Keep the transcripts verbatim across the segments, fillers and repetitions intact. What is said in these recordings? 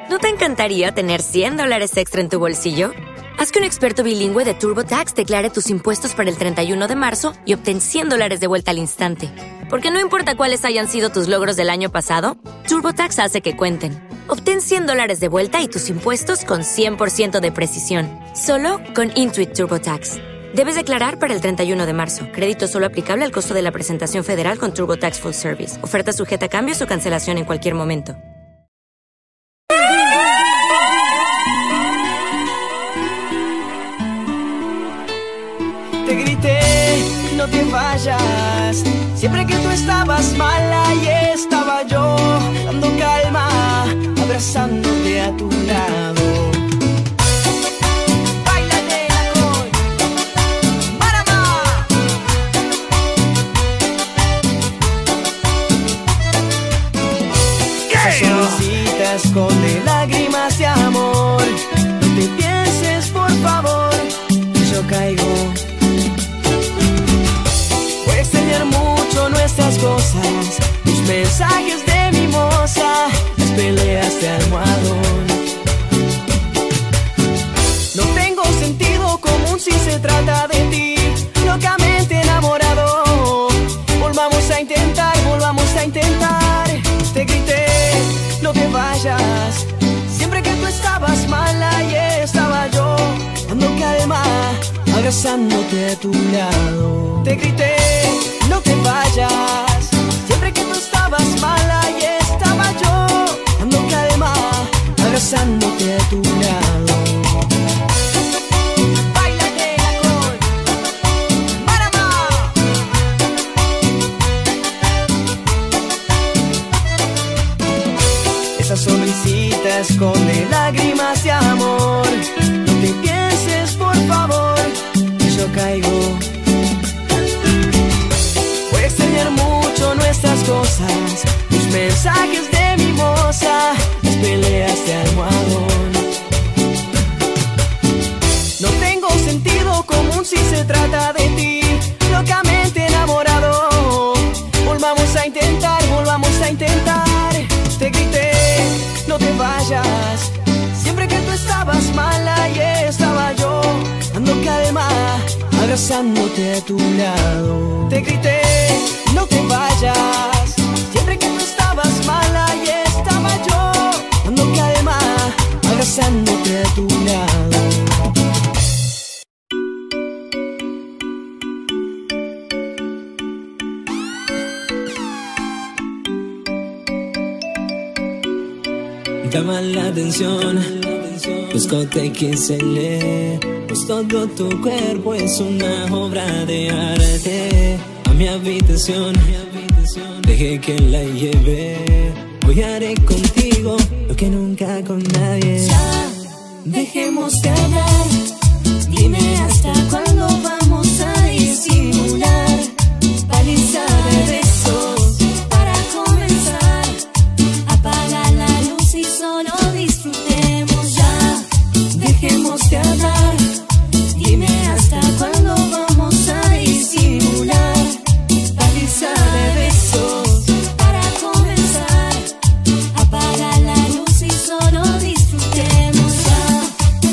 ¿No te encantaría tener cien dólares extra en tu bolsillo? Haz que un experto bilingüe de TurboTax declare tus impuestos para el treinta y uno de marzo y obtén cien dólares de vuelta al instante. Porque no importa cuáles hayan sido tus logros del año pasado, TurboTax hace que cuenten. Obtén cien dólares de vuelta y tus impuestos con cien por ciento de precisión. Solo con Intuit TurboTax. Debes declarar para el treinta y uno de marzo. Crédito solo aplicable al costo de la presentación federal con TurboTax Full Service. Oferta sujeta a cambios o cancelación en cualquier momento. Te grité, no te vayas. Siempre que tú estabas mal, ahí estaba yo, dando calma, abrazándote a tu lado. Báilate la coy, Marama. Esas sonrisitas esconde lágrimas de amor. No te pienses, por favor, que yo caigo. Mucho nuestras cosas, tus mensajes de mimosa, las peleas de almohadón. No tengo sentido común si se trata de ti, locamente enamorado. Volvamos a intentar, volvamos a intentar. Te grité, no te vayas. Siempre que tú estabas mal, ahí estaba yo, dando calma, abrazándote a tu lado. Te grité, no te vayas. Siempre que tú estabas mal, ahí estaba yo, dando calma, abrazándote a tu lado. Báilate la coy, Marama. Esa sonrisita esconde lágrimas de amor. No te pienses, por favor, que yo caigo. Mucho nuestras cosas, tus mensajes de mimosa, las peleas de almohadón. No tengo sentido común si se trata de ti, locamente enamorado. Volvamos a intentar, volvamos a intentar. Te grité, no te vayas. Siempre que tú estabas mal, ahí estaba yo, dando calma, abrazándote a tu lado. Te grité, no te vayas. Siempre que tú estabas mal, ahí estaba yo, dando calma, abrazándote a tu lado. Llama la atención, discoteca se lee, pues todo tu cuerpo es una obra de arte. A mi habitación, dejé que la lleve. Hoy haré contigo lo que nunca con nadie. Ya, dejemos de hablar. Dime hasta cuándo vamos a disimular. Paliza de besos para comenzar. Apaga la luz y solo disfrutemos ya. Dejemos de hablar. Dime hasta cuándo vamos a disimular. Paliza de besos para comenzar. Apaga la luz y solo disfrutemos ya.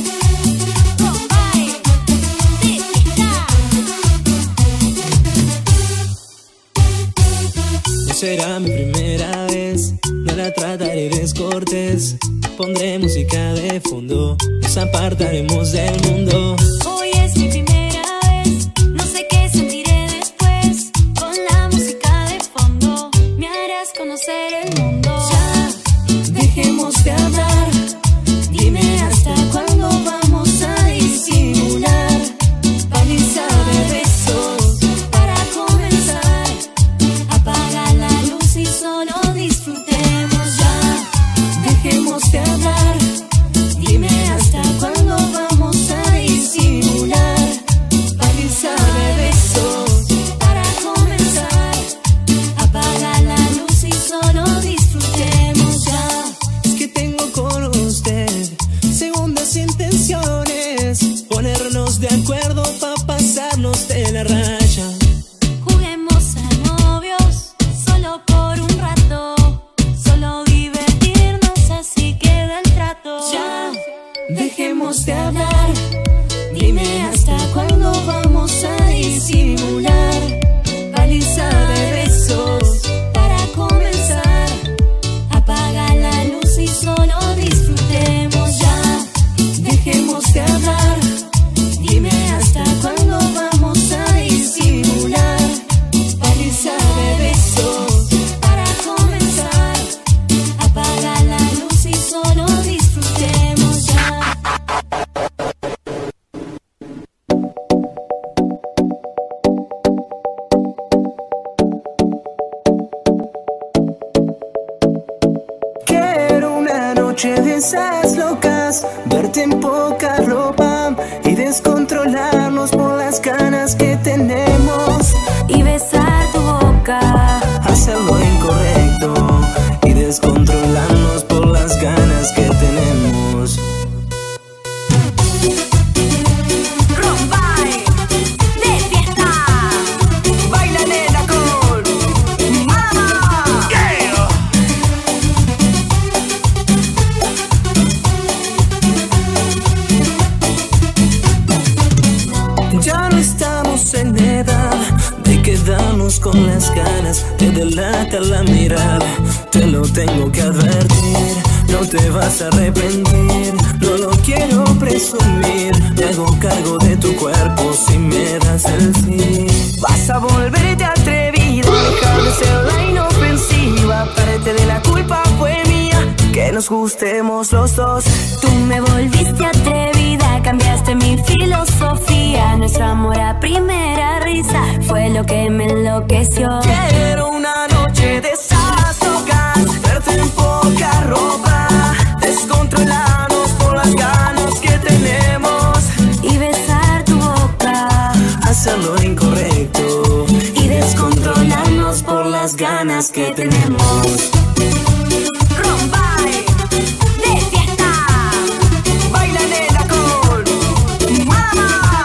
No será mi primera vez, no la trataré de descortés. Pondré música de fondo, nos apartaremos del mundo. Hoy es mi primera vez, no sé qué sentiré después. Con la música de fondo, me harás conocer el mundo. Ya, dejemos de hablar. Dime hasta cuándo vamos a disimular. Paliza de besos para comenzar. Apaga la luz y solo disfrutemos ya. Dejemos de hablar. Dime hasta cuándo vamos a disimular. noche de esas locas, verte en poca ropa y descontrolarnos por las ganas que tenemos. Y besar tu boca, hacer lo incorrecto y descontrolarnos por las ganas que tenemos. Rombay, de fiesta, Baila nena con Mama. Yeah. Ya no estamos en edad de quedarnos con las ganas, te delata la mirada, te lo tengo que advertir. No te vas a arrepentir, no lo quiero presumir. Me hago cargo de tu cuerpo si me das el sí. Vas a volverte atrevida, dejar de ser la inofensiva. Parte de la culpa fue mía, que nos gustemos los dos. tú me volviste atrevida, cambiaste mi filosofía. Nuestro amor a primera risa fue lo que me enloqueció. Quiero una noche de esas locas, verte en poca ropa, descontrolarnos por las ganas que tenemos. Y besar tu boca, Hacer lo incorrecto y descontrolarnos por las ganas que tenemos. Rombay, de fiesta, baila nena con Mama.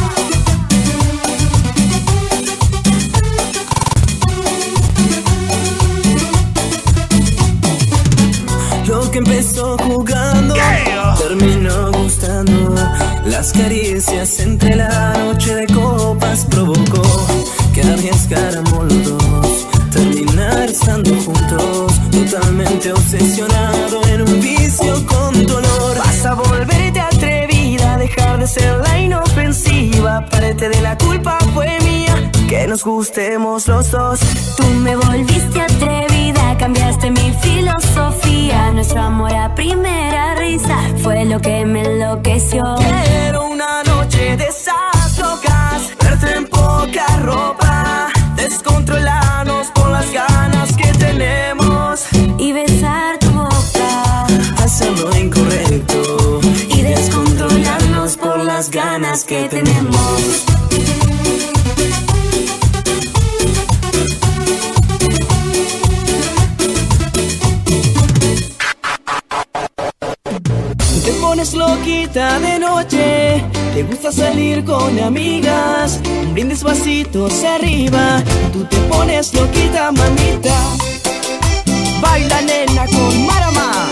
Lo que empezó jugando, yeah, terminó gustando. Las caricias entre la noche de copas provocó que arriesgáramos los dos, terminar estando juntos, totalmente obsesionado en un vicio con dolor. Vas a volverte atrevida, dejar de ser la inofensiva. Parte de la culpa fue mía, que nos gustemos los dos. Tú me volviste atrevida, cambiaste mi filosofía. Nuestro amor a primera risa fue lo que me enloqueció. Quiero una noche de esas locas, verte en poca ropa, descontrolarnos por las ganas que tenemos. Y besar tu boca, Hacer lo incorrecto y descontrolarnos por las ganas que tenemos. Te pones loquita de noche, te gusta salir con amigas, un brindis vasitos arriba, tú te pones loquita mamita. Baila nena con Marama.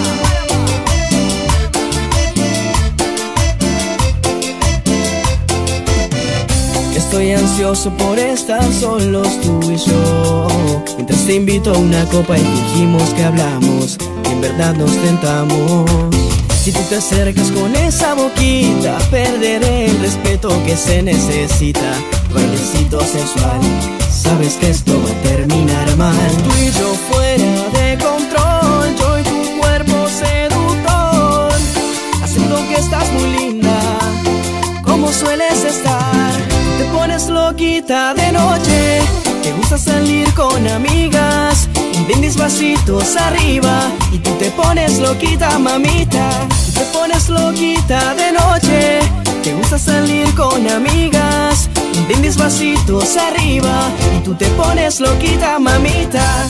Estoy ansioso por estar solos tú y yo, mientras te invito a una copa y fingimos que hablamos, y en verdad nos tentamos. Si tú te acercas con esa boquita, perderé el respeto que se necesita. Bailecito sensual, sabes que esto va a terminar mal. Tú y yo fuera de control, yo y tu cuerpo seductor, haciendo que estás muy linda, como sueles estar. Te pones loquita de noche, te gusta salir con amigas, un brindis vasitos arriba, y tú te pones loquita mamita. Tú te pones loquita de noche, te gusta salir con amigas, un brindis vasitos arriba, y tú te pones loquita mamita.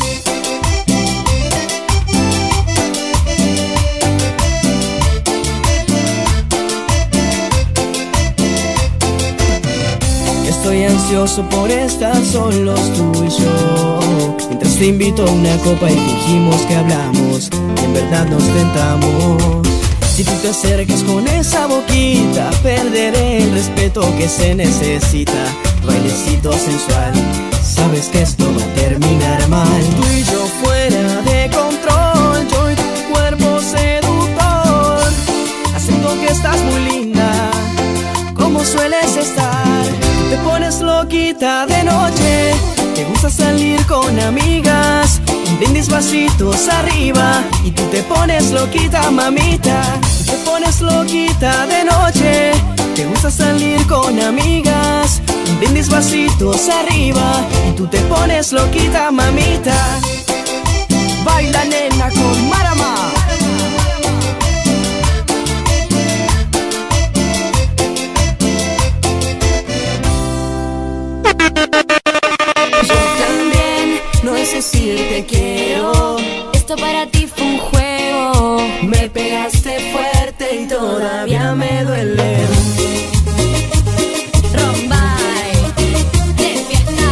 Estoy ansioso por estar solos tú y yo, mientras te invito a una copa y fingimos que hablamos, y en verdad nos tentamos. Si tú te acercas con esa boquita, perderé el respeto que se necesita. Bailecito sensual, sabes que esto va a terminar mal. Tú y yo fuera de control, yo y tu cuerpo seductor, haciendo que estás muy linda, como sueles estar. Te pones loquita de noche, te gusta salir con amigas, un brindis vasitos arriba, y tú te pones loquita mamita. Tú te pones loquita de noche, te gusta salir con amigas, un brindis vasitos arriba, y tú te pones loquita mamita. Baila nena con Marama. Me pegaste fuerte y todavía me duele. Rombay, de fiesta.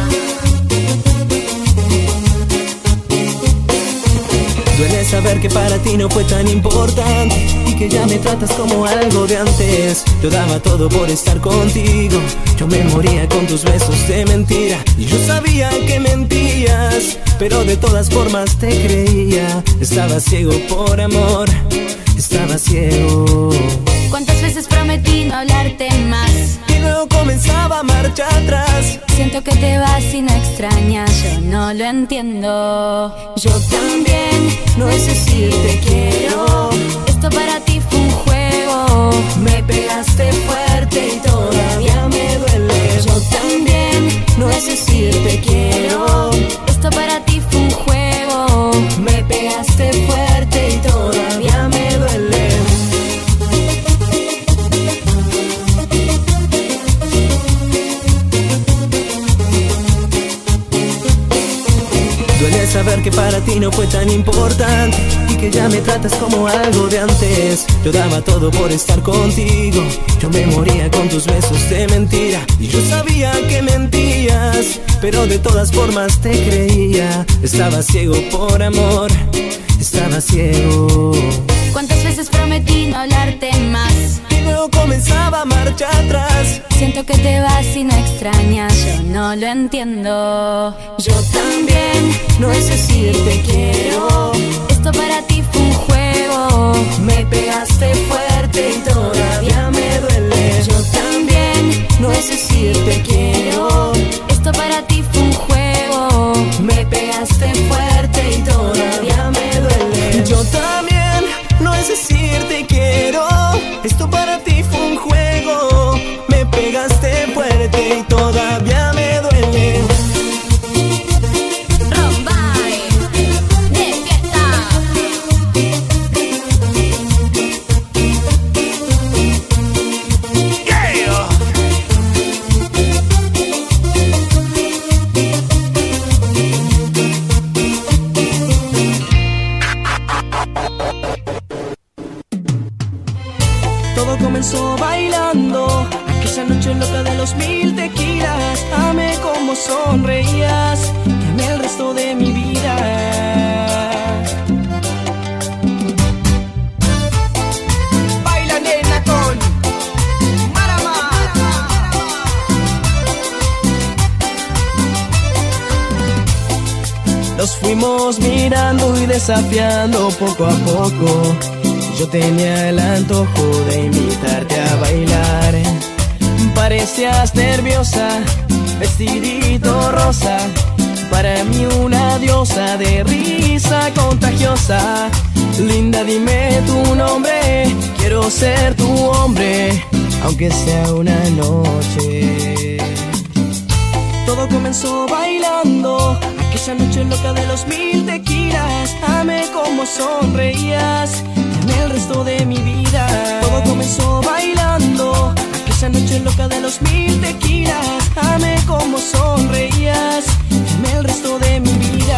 Duele saber que para ti no fue tan importante y que ya me tratas como algo de antes. Yo daba todo por estar contigo, yo me moría con tus besos de mentira. Y yo sabía que mentías, pero de todas formas te creía. Estaba ciego por amor, estaba ciego. ¿Cuántas veces prometí no hablarte más? Y luego comenzaba a marcha atrás. Siento que te vas y no extrañas, yo no lo entiendo. Yo también, No es decir te quiero, esto para ti fue un juego. me pegaste fuerte y todavía me duele. Yo también, No es decir te quiero, esto para ti fue un juego. me pegaste fuerte y todavía me duele. Duele saber que para ti no fue tan importante y que ya me tratas como algo de antes. Yo daba todo por estar contigo, yo me moría con tus besos de mentira. Y yo sabía que mentías, pero de todas formas te creía. Estaba ciego por amor, estaba ciego. ¿Cuántas veces prometí no hablarte más? Y luego comenzaba a marcha atrás. Siento que te vas y no extrañas, yo no lo entiendo. Yo también, no es decir te quiero, Esto para ti fue un juego. me pegaste fuerte y todavía me duele. Yo también, No es decir te quiero, esto para ti fue un juego. me pegaste fuerte y todavía me duele. Yo también, no es decir te quiero, esto para ti fue un juego. Me pegaste fuerte y todavía me duele. Rombay, de fiesta. Todo comenzó bailando, aquella noche loca de los mil tequilas. Amé como sonreías, te amé el resto de mi vida. Baila nena con Marama. Nos fuimos mirando y desafiando poco a poco. Yo tenía el antojo de invitarte a bailar. Parecías nerviosa, vestidito rosa, para mí una diosa de risa contagiosa. Linda, dime tu nombre, quiero ser tu hombre, aunque sea una noche. Todo comenzó bailando, aquella noche loca de los mil tequilas. Amé como sonreías, amé el resto de mi vida. Todo comenzó bailando, aquella noche loca de los mil tequilas. Amé como sonreías, amé el resto de mi vida.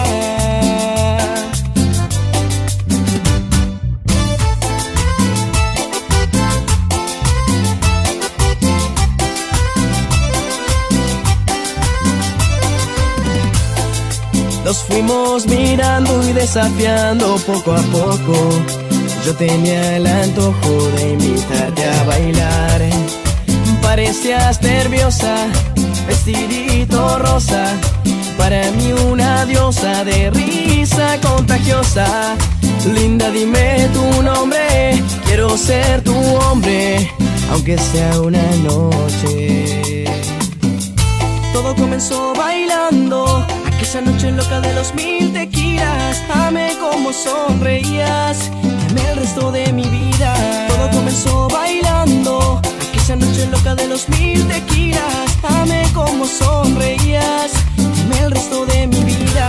Nos fuimos mirando y desafiando poco a poco. Yo tenía el antojo de invitarte a bailar. Parecías nerviosa, vestidito rosa, para mí una diosa de risa contagiosa. Linda, dime tu nombre, quiero ser tu hombre, aunque sea una noche. Todo comenzó bailando, aquella noche loca de los mil tequilas. Amé como sonreías, amé el resto de mi vida. Todo comenzó bailando, aquella noche loca de los mil tequilas. Amé como sonreías, amé el resto de mi vida.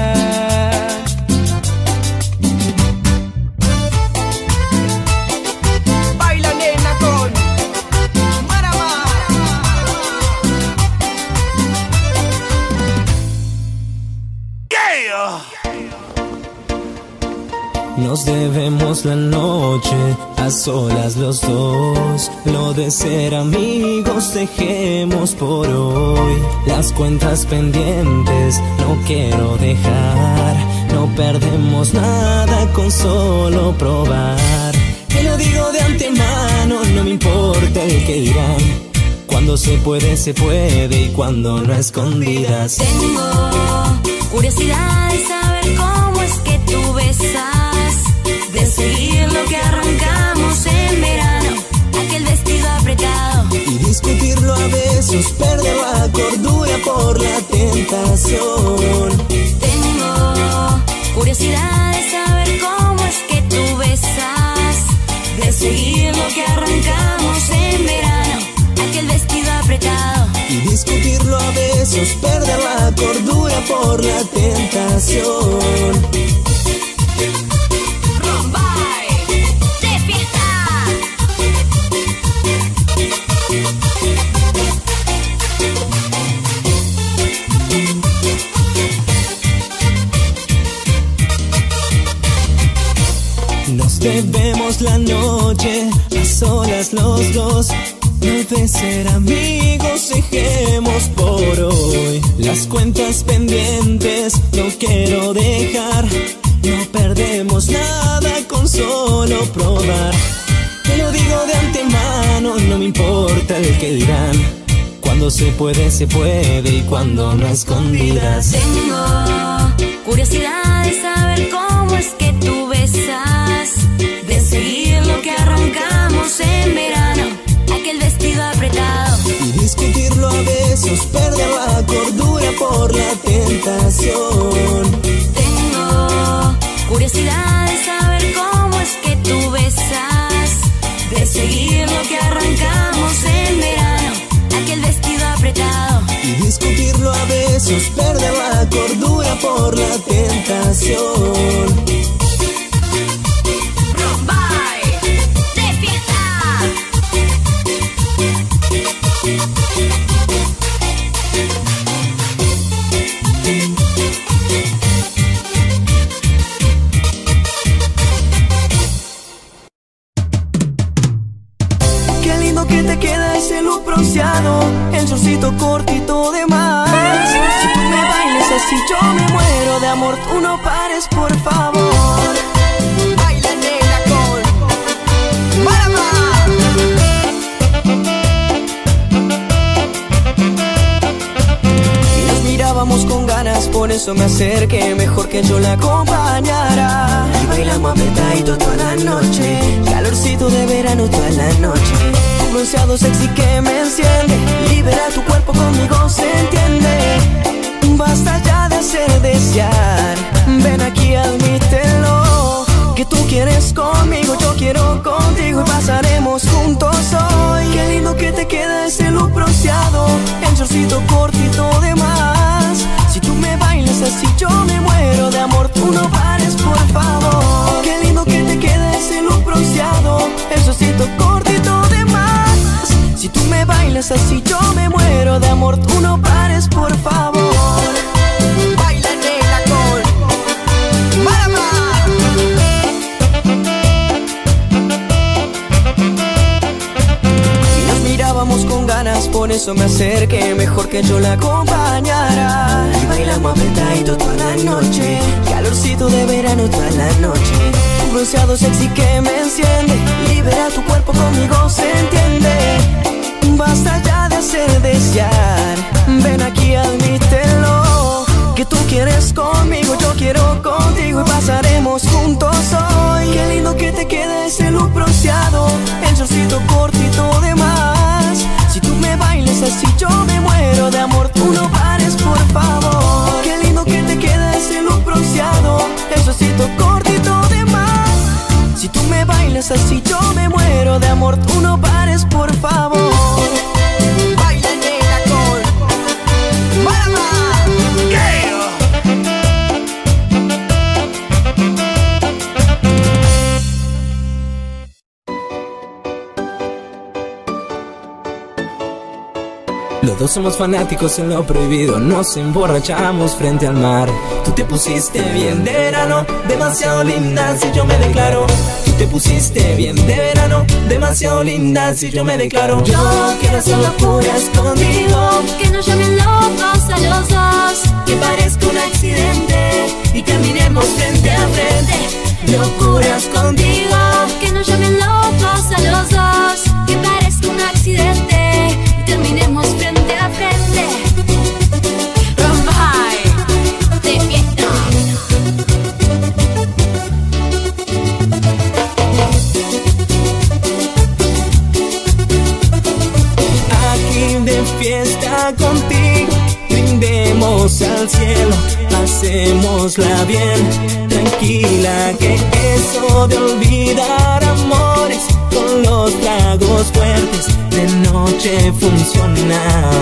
Baila nena con Marama. Nos debe llevemos la noche a solas los dos. Lo de ser amigos dejemos por hoy. Las cuentas pendientes no quiero dejar. No perdemos nada con solo probar. Te lo digo de antemano, no me importa el que dirán. Cuando se puede, se puede, y cuando no, escondidas. Tengo curiosidad de saber cómo es que tú besas, de seguir lo que arrancamos en verano, aquel vestido apretado, y discutirlo a besos, perder la cordura por la tentación. Tengo curiosidad de saber cómo es que tú besas, de seguir lo que arrancamos en verano, aquel vestido apretado, y discutirlo a besos, perder la cordura por la tentación. Nos debemos la noche a solas los dos. No de ser amigos dejemos por hoy. Las cuentas pendientes no quiero dejar. No perdemos nada con solo probar. Te lo digo de antemano, no me importa el que dirán. Cuando se puede, se puede, y cuando no, escondidas. Tengo curiosidad de saber cómo es que tú besas, de seguir lo que arrancamos en verano, aquel vestido apretado, y discutirlo a besos, perder la cordura por la tentación. Tengo curiosidad de saber cómo es que tú besas, de seguir lo que arrancamos en verano, aquel vestido apretado, y discutirlo a besos, perder la cordura por la tentación. El shortcito cortito de más. Si tú me bailes así yo me muero de amor. Tú no pares, por favor. Baila negra con Marama. Y nos mirábamos con ganas, por eso me acerqué, mejor que yo la acompañara. Y bailamos apretadito toda la noche, calorcito de verano toda la noche. Bronceado sexy que me enciende, libera tu cuerpo, conmigo se entiende. Basta ya de hacer desear, ven aquí, admítelo, que tú quieres conmigo, yo quiero contigo, y pasaremos juntos hoy. Qué lindo que te queda ese look bronceado, el shortcito cortito de más. Si tú me bailas así yo me muero de amor, tú no pares, por favor. Qué lindo que te queda ese look bronceado, el shortcito cortito de más. Si tú me bailas así yo me muero de amor, tú no pares, por favor. Baila negra con Marama. Y nos mirábamos con ganas, por eso me acerqué, mejor que yo la acompañara. Y bailamos apretadito toda la noche, calorcito de verano toda la noche. Un bronceado sexy que me enciende, libera tu cuerpo, conmigo se entiende. Basta ya de hacer desear, ven aquí, admítelo, que tú quieres conmigo, yo quiero contigo, y pasaremos juntos hoy. Qué lindo que te queda ese look bronceado, el shortcito cortito de más. Si tú me bailas así yo me muero de amor, tú no pares, por favor. Qué lindo que te queda ese look bronceado, el shortcito cortito de más. Si tú me bailas así yo me muero de amor, tú no pares, por favor. Baila negra con Marama. Los dos somos fanáticos en lo prohibido, nos emborrachamos frente al mar. Tú te pusiste bien de verano, demasiado linda si yo me declaro. Tú te pusiste bien de verano, demasiado linda si yo me declaro. Yo quiero hacer locuras contigo, que nos llamen locos a los dos, que parezca un accidente y terminemos frente a frente. Locuras contigo, que nos llamen locos a los dos, que parezca un accidente y terminemos frente a frente. Bye, de fiesta. Aquí de fiesta contigo, brindemos al cielo, pasémosla bien, tranquila, que eso de olvidar amores con los tragos fuertes de noche funciona.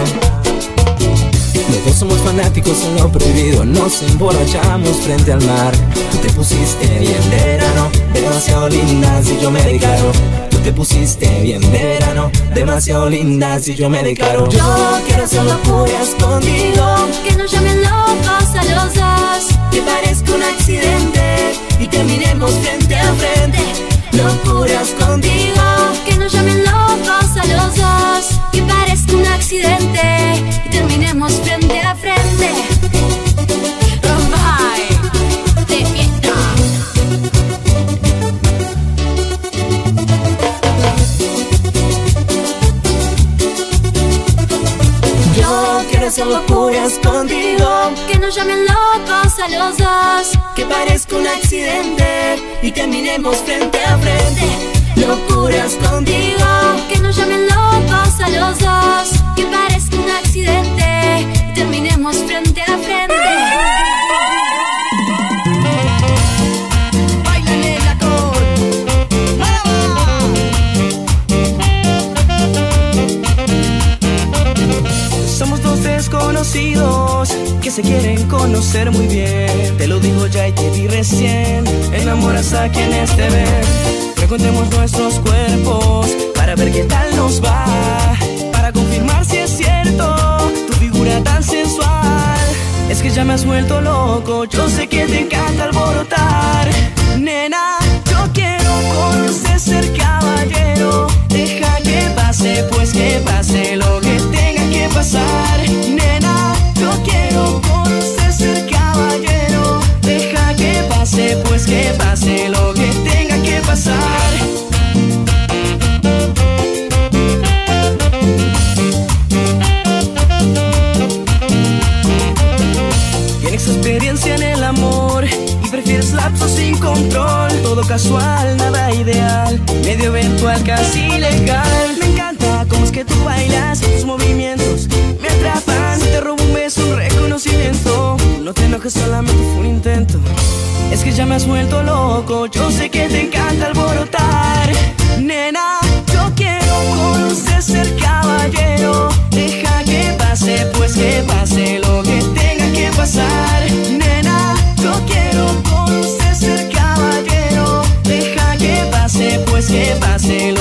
Los dos somos fanáticos en lo prohibido, nos emborrachamos frente al mar. Tú te pusiste bien de verano, demasiado linda si yo me declaro. Tú te pusiste bien de verano, demasiado linda si yo me declaro. Yo quiero hacer locuras contigo, que nos llamen locos a los dos, que parezca un accidente y terminemos frente a frente. Locuras contigo, que nos llamen locos a los dos, que parezca un accidente y terminemos frente a frente. Bye, de fiesta. yo quiero hacer locuras contigo, que nos llamen locos a los dos, que parezca un accidente y terminemos frente a frente. Locuras contigo, que nos llamen locos a los dos, que parezca un accidente y terminemos frente a frente. Báilale la cor, somos dos desconocidos que se quieren conocer muy bien. Te lo digo ya y te vi recién, enamoras a quienes te ven. Frecuentemos nuestros cuerpos para ver qué tal nos va, para confirmar si es cierto tu figura tan sensual. Es que ya me has vuelto loco, yo sé que te encanta alborotar. Nena, yo quiero conocer ser caballero. Deja que pase, pues que pase lo que tenga que pasar. Nena, yo quiero conocer ser caballero. Deja que pase, pues que pase lo que tenga que pasar. Tienes experiencia en el amor y prefieres lapsos sin control. Todo casual, nada ideal, medio eventual, casi legal. Me encanta cómo es que tú bailas, tus movimientos me atrapan. Te robo un beso, un reconocimiento. No te enojes, solamente fue un intento. Es que ya me has vuelto loco, yo sé que te encanta alborotar. Nena, yo quiero conocer ser caballero. Deja que pase, pues que pase lo que tenga que pasar. Nena, yo quiero conocer ser caballero. Deja que pase, pues que pase